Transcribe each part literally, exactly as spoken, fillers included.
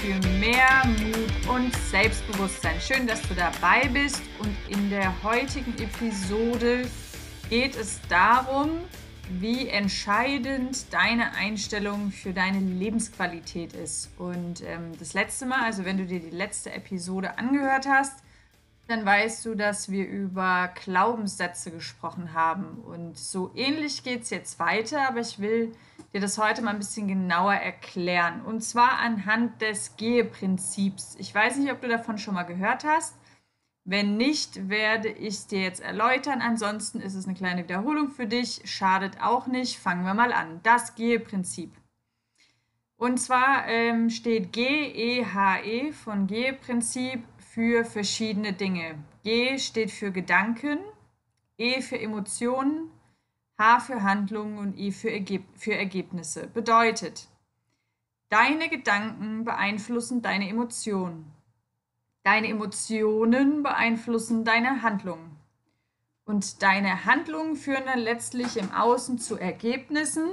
für mehr Mut und Selbstbewusstsein. Schön, dass du dabei bist, und in der heutigen Episode geht es darum, wie entscheidend deine Einstellung für deine Lebensqualität ist. Und ähm, das letzte Mal, also wenn du dir die letzte Episode angehört hast, dann weißt du, dass wir über Glaubenssätze gesprochen haben. Und so ähnlich geht es jetzt weiter, aber ich will dir das heute mal ein bisschen genauer erklären. Und zwar anhand des Gehe-Prinzips. Ich weiß nicht, ob du davon schon mal gehört hast. Wenn nicht, werde ich es dir jetzt erläutern. Ansonsten ist es eine kleine Wiederholung für dich. Schadet auch nicht. Fangen wir mal an. Das Gehe-Prinzip. Und zwar ähm, steht G E H E von Gehe-Prinzip für verschiedene Dinge. G steht für Gedanken, E für Emotionen, H für Handlungen und I für, Ergeb für Ergebnisse. Bedeutet, deine Gedanken beeinflussen deine Emotionen. Deine Emotionen beeinflussen deine Handlungen. Und deine Handlungen führen dann letztlich im Außen zu Ergebnissen.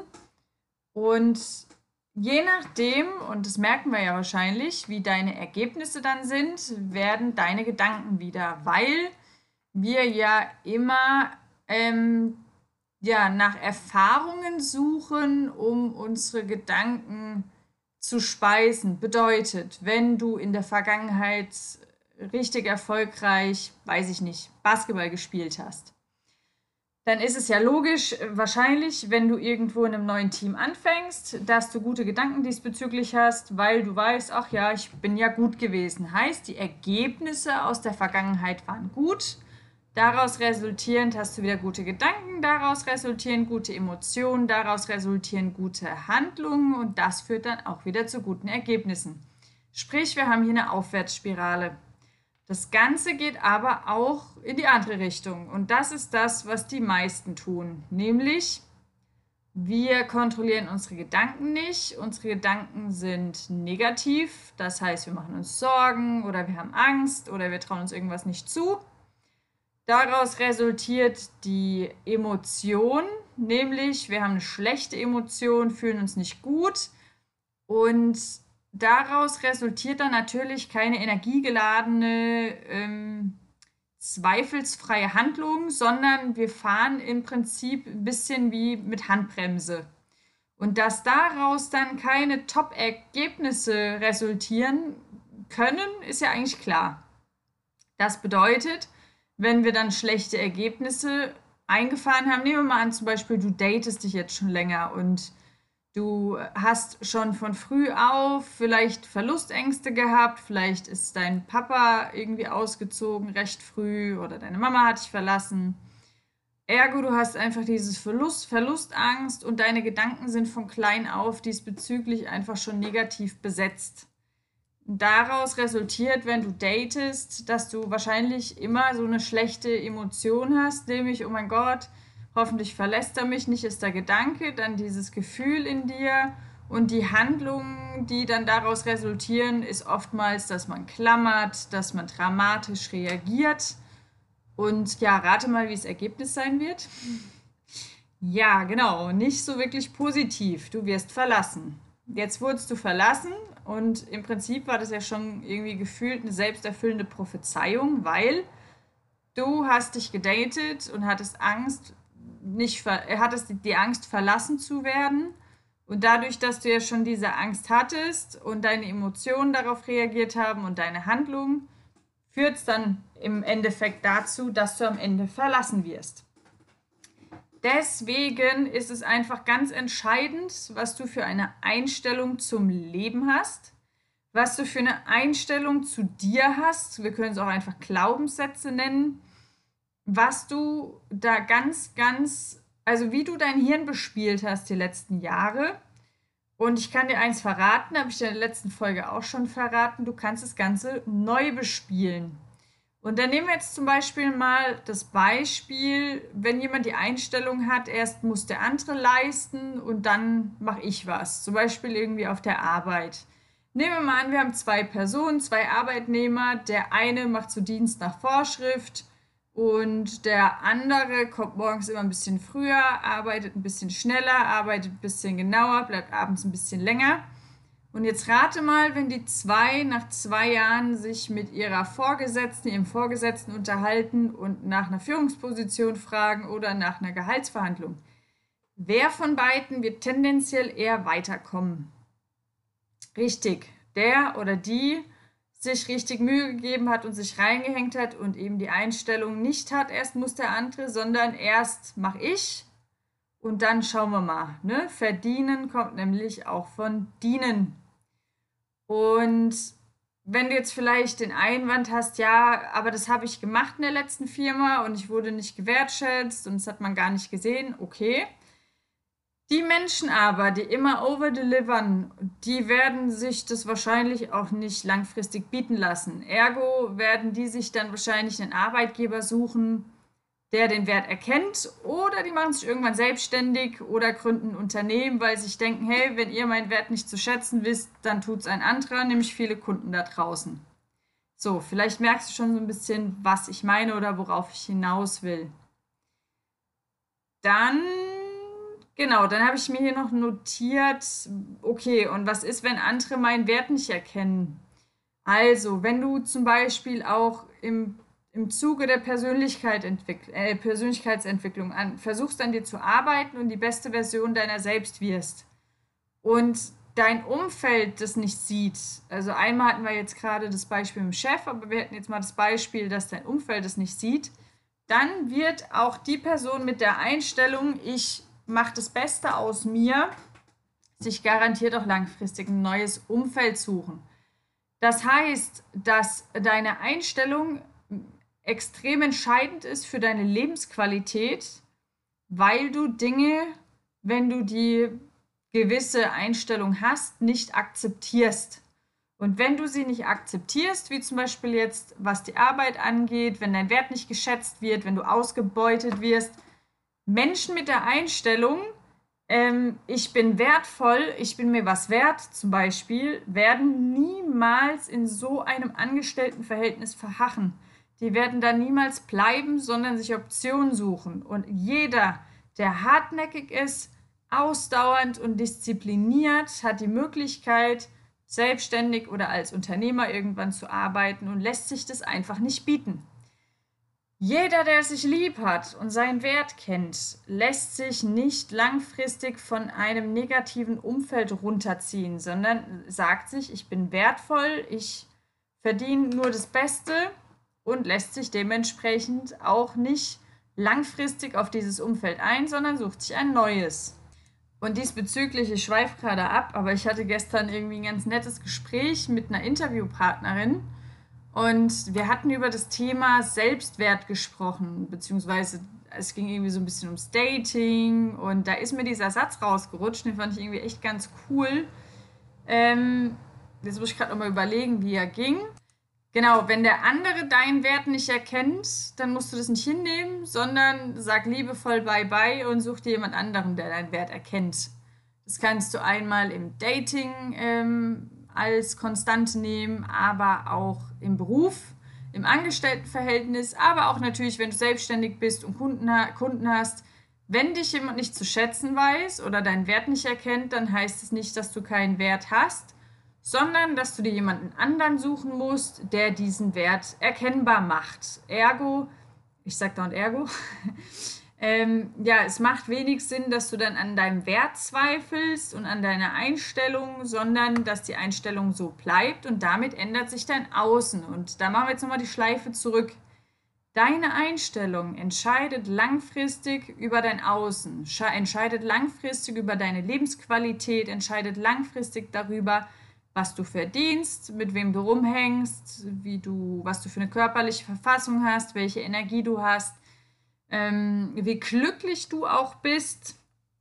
Und je nachdem, und das merken wir ja wahrscheinlich, wie deine Ergebnisse dann sind, werden deine Gedanken wieder, weil wir ja immer ähm, ja, nach Erfahrungen suchen, um unsere Gedanken zu speisen. Bedeutet, wenn du in der Vergangenheit richtig erfolgreich, weiß ich nicht, Basketball gespielt hast, dann ist es ja logisch, wahrscheinlich, wenn du irgendwo in einem neuen Team anfängst, dass du gute Gedanken diesbezüglich hast, weil du weißt, ach ja, ich bin ja gut gewesen. Heißt, die Ergebnisse aus der Vergangenheit waren gut. Daraus resultierend hast du wieder gute Gedanken, daraus resultieren gute Emotionen, daraus resultieren gute Handlungen, und das führt dann auch wieder zu guten Ergebnissen. Sprich, wir haben hier eine Aufwärtsspirale. Das Ganze geht aber auch in die andere Richtung, und das ist das, was die meisten tun, nämlich wir kontrollieren unsere Gedanken nicht. Unsere Gedanken sind negativ, das heißt, wir machen uns Sorgen oder wir haben Angst oder wir trauen uns irgendwas nicht zu. Daraus resultiert die Emotion, nämlich wir haben eine schlechte Emotion, fühlen uns nicht gut, und daraus resultiert dann natürlich keine energiegeladene, ähm, zweifelsfreie Handlung, sondern wir fahren im Prinzip ein bisschen wie mit Handbremse. Und dass daraus dann keine Top-Ergebnisse resultieren können, ist ja eigentlich klar. Das bedeutet, wenn wir dann schlechte Ergebnisse eingefahren haben, nehmen wir mal an, zum Beispiel, du datest dich jetzt schon länger und du hast schon von früh auf vielleicht Verlustängste gehabt, vielleicht ist dein Papa irgendwie ausgezogen recht früh oder deine Mama hat dich verlassen. Ergo, du hast einfach dieses Verlust, Verlustangst, und deine Gedanken sind von klein auf diesbezüglich einfach schon negativ besetzt. Daraus resultiert, wenn du datest, dass du wahrscheinlich immer so eine schlechte Emotion hast, nämlich, oh mein Gott, hoffentlich verlässt er mich nicht, ist der Gedanke, dann dieses Gefühl in dir, und die Handlungen, die dann daraus resultieren, ist oftmals, dass man klammert, dass man dramatisch reagiert. Und ja, rate mal, wie das Ergebnis sein wird. Ja, genau, nicht so wirklich positiv. Du wirst verlassen. Jetzt wurdest du verlassen, und im Prinzip war das ja schon irgendwie gefühlt eine selbsterfüllende Prophezeiung, weil du hast dich gedatet und hattest Angst, nicht ver hattest die Angst, verlassen zu werden. Und dadurch, dass du ja schon diese Angst hattest und deine Emotionen darauf reagiert haben und deine Handlungen, führt es dann im Endeffekt dazu, dass du am Ende verlassen wirst. Deswegen ist es einfach ganz entscheidend, was du für eine Einstellung zum Leben hast, was du für eine Einstellung zu dir hast. Wir können es auch einfach Glaubenssätze nennen, was du da ganz, ganz, also wie du dein Hirn bespielt hast die letzten Jahre. Und ich kann dir eins verraten, habe ich dir in der letzten Folge auch schon verraten, du kannst das Ganze neu bespielen. Und dann nehmen wir jetzt zum Beispiel mal das Beispiel, wenn jemand die Einstellung hat, erst muss der andere leisten und dann mache ich was. Zum Beispiel irgendwie auf der Arbeit. Nehmen wir mal an, wir haben zwei Personen, zwei Arbeitnehmer. Der eine macht so Dienst nach Vorschrift und der andere kommt morgens immer ein bisschen früher, arbeitet ein bisschen schneller, arbeitet ein bisschen genauer, bleibt abends ein bisschen länger. Und jetzt rate mal, wenn die zwei nach zwei Jahren sich mit ihrer Vorgesetzten, ihrem Vorgesetzten unterhalten und nach einer Führungsposition fragen oder nach einer Gehaltsverhandlung. Wer von beiden wird tendenziell eher weiterkommen? Richtig, der oder die sich richtig Mühe gegeben hat und sich reingehängt hat und eben die Einstellung nicht hat, erst muss der andere, sondern erst mache ich und dann schauen wir mal. Ne? Verdienen kommt nämlich auch von dienen. Und wenn du jetzt vielleicht den Einwand hast, ja, aber das habe ich gemacht in der letzten Firma und ich wurde nicht gewertschätzt und das hat man gar nicht gesehen, okay. Die Menschen aber, die immer overdelivern, die werden sich das wahrscheinlich auch nicht langfristig bieten lassen. Ergo werden die sich dann wahrscheinlich einen Arbeitgeber suchen, der den Wert erkennt, oder die machen sich irgendwann selbstständig oder gründen ein Unternehmen, weil sie sich denken, hey, wenn ihr meinen Wert nicht zu schätzen wisst, dann tut es ein anderer, nämlich viele Kunden da draußen. So, vielleicht merkst du schon so ein bisschen, was ich meine oder worauf ich hinaus will. Dann, genau, dann habe ich mir hier noch notiert, okay, und was ist, wenn andere meinen Wert nicht erkennen? Also, wenn du zum Beispiel auch im im Zuge der Persönlichkeit äh, Persönlichkeitsentwicklung an, versuchst an dir zu arbeiten und die beste Version deiner selbst wirst und dein Umfeld das nicht sieht, also einmal hatten wir jetzt gerade das Beispiel mit dem Chef, aber wir hätten jetzt mal das Beispiel, dass dein Umfeld es nicht sieht, dann wird auch die Person mit der Einstellung, ich mache das Beste aus mir, sich garantiert auch langfristig ein neues Umfeld suchen. Das heißt, dass deine Einstellung extrem entscheidend ist für deine Lebensqualität, weil du Dinge, wenn du die gewisse Einstellung hast, nicht akzeptierst. Und wenn du sie nicht akzeptierst, wie zum Beispiel jetzt, was die Arbeit angeht, wenn dein Wert nicht geschätzt wird, wenn du ausgebeutet wirst, Menschen mit der Einstellung, ähm, ich bin wertvoll, ich bin mir was wert zum Beispiel, werden niemals in so einem Angestelltenverhältnis verharren. Die werden da niemals bleiben, sondern sich Optionen suchen. Und jeder, der hartnäckig ist, ausdauernd und diszipliniert, hat die Möglichkeit, selbstständig oder als Unternehmer irgendwann zu arbeiten und lässt sich das einfach nicht bieten. Jeder, der sich lieb hat und seinen Wert kennt, lässt sich nicht langfristig von einem negativen Umfeld runterziehen, sondern sagt sich, ich bin wertvoll, ich verdiene nur das Beste und lässt sich dementsprechend auch nicht langfristig auf dieses Umfeld ein, sondern sucht sich ein neues. Und diesbezüglich, ich schweife gerade ab, aber ich hatte gestern irgendwie ein ganz nettes Gespräch mit einer Interviewpartnerin und wir hatten über das Thema Selbstwert gesprochen, beziehungsweise es ging irgendwie so ein bisschen ums Dating und da ist mir dieser Satz rausgerutscht, den fand ich irgendwie echt ganz cool. Ähm, jetzt muss ich gerade nochmal überlegen, wie er ging. Genau, wenn der andere deinen Wert nicht erkennt, dann musst du das nicht hinnehmen, sondern sag liebevoll Bye-bye und such dir jemand anderen, der deinen Wert erkennt. Das kannst du einmal im Dating ähm, als Konstante nehmen, aber auch im Beruf, im Angestelltenverhältnis, aber auch natürlich, wenn du selbstständig bist und Kunden, Kunden hast. Wenn dich jemand nicht zu schätzen weiß oder deinen Wert nicht erkennt, dann heißt es nicht, dass du keinen Wert hast, sondern dass du dir jemanden anderen suchen musst, der diesen Wert erkennbar macht. Ergo, ich sag dauernd Ergo, ähm, ja, es macht wenig Sinn, dass du dann an deinem Wert zweifelst und an deiner Einstellung, sondern dass die Einstellung so bleibt und damit ändert sich dein Außen. Und da machen wir jetzt nochmal die Schleife zurück. Deine Einstellung entscheidet langfristig über dein Außen, entscheidet langfristig über deine Lebensqualität, entscheidet langfristig darüber, was du verdienst, mit wem du rumhängst, wie du, was du für eine körperliche Verfassung hast, welche Energie du hast, ähm, wie glücklich du auch bist.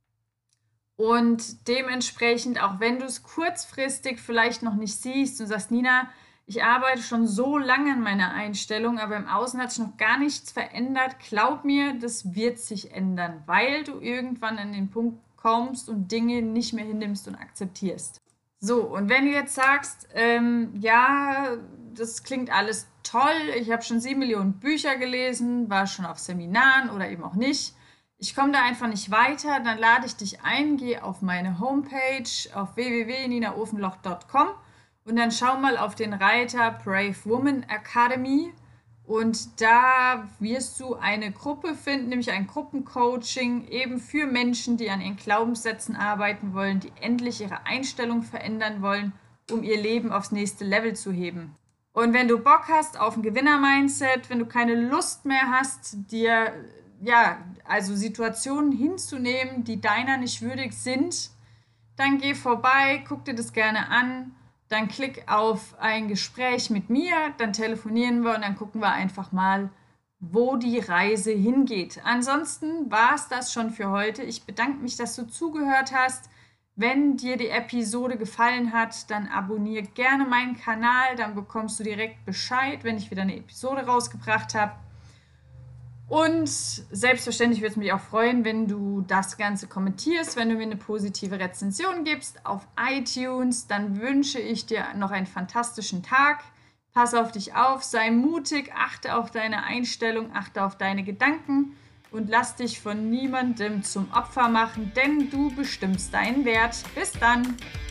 Und dementsprechend, auch wenn du es kurzfristig vielleicht noch nicht siehst und sagst, Nina, ich arbeite schon so lange an meiner Einstellung, aber im Außen hat sich noch gar nichts verändert. Glaub mir, das wird sich ändern, weil du irgendwann an den Punkt kommst und Dinge nicht mehr hinnimmst und akzeptierst. So, und wenn du jetzt sagst, ähm, ja, das klingt alles toll, ich habe schon sieben Millionen Bücher gelesen, war schon auf Seminaren oder eben auch nicht, ich komme da einfach nicht weiter, dann lade ich dich ein, geh auf meine Homepage auf w w w punkt nina ofenloch punkt com und dann schau mal auf den Reiter Brave Woman Academy und da wirst du eine Gruppe finden, nämlich ein Gruppencoaching eben für Menschen, die an ihren Glaubenssätzen arbeiten wollen, die endlich ihre Einstellung verändern wollen, um ihr Leben aufs nächste Level zu heben. Und wenn du Bock hast auf ein Gewinner-Mindset, wenn du keine Lust mehr hast, dir ja, also Situationen hinzunehmen, die deiner nicht würdig sind, dann geh vorbei, guck dir das gerne an, dann klick auf ein Gespräch mit mir, dann telefonieren wir und dann gucken wir einfach mal, wo die Reise hingeht. Ansonsten war es das schon für heute. Ich bedanke mich, dass du zugehört hast. Wenn dir die Episode gefallen hat, dann abonniere gerne meinen Kanal, dann bekommst du direkt Bescheid, wenn ich wieder eine Episode rausgebracht habe. Und selbstverständlich würde es mich auch freuen, wenn du das Ganze kommentierst, wenn du mir eine positive Rezension gibst auf iTunes. Dann wünsche ich dir noch einen fantastischen Tag. Pass auf dich auf, sei mutig, achte auf deine Einstellung, achte auf deine Gedanken und lass dich von niemandem zum Opfer machen, denn du bestimmst deinen Wert. Bis dann!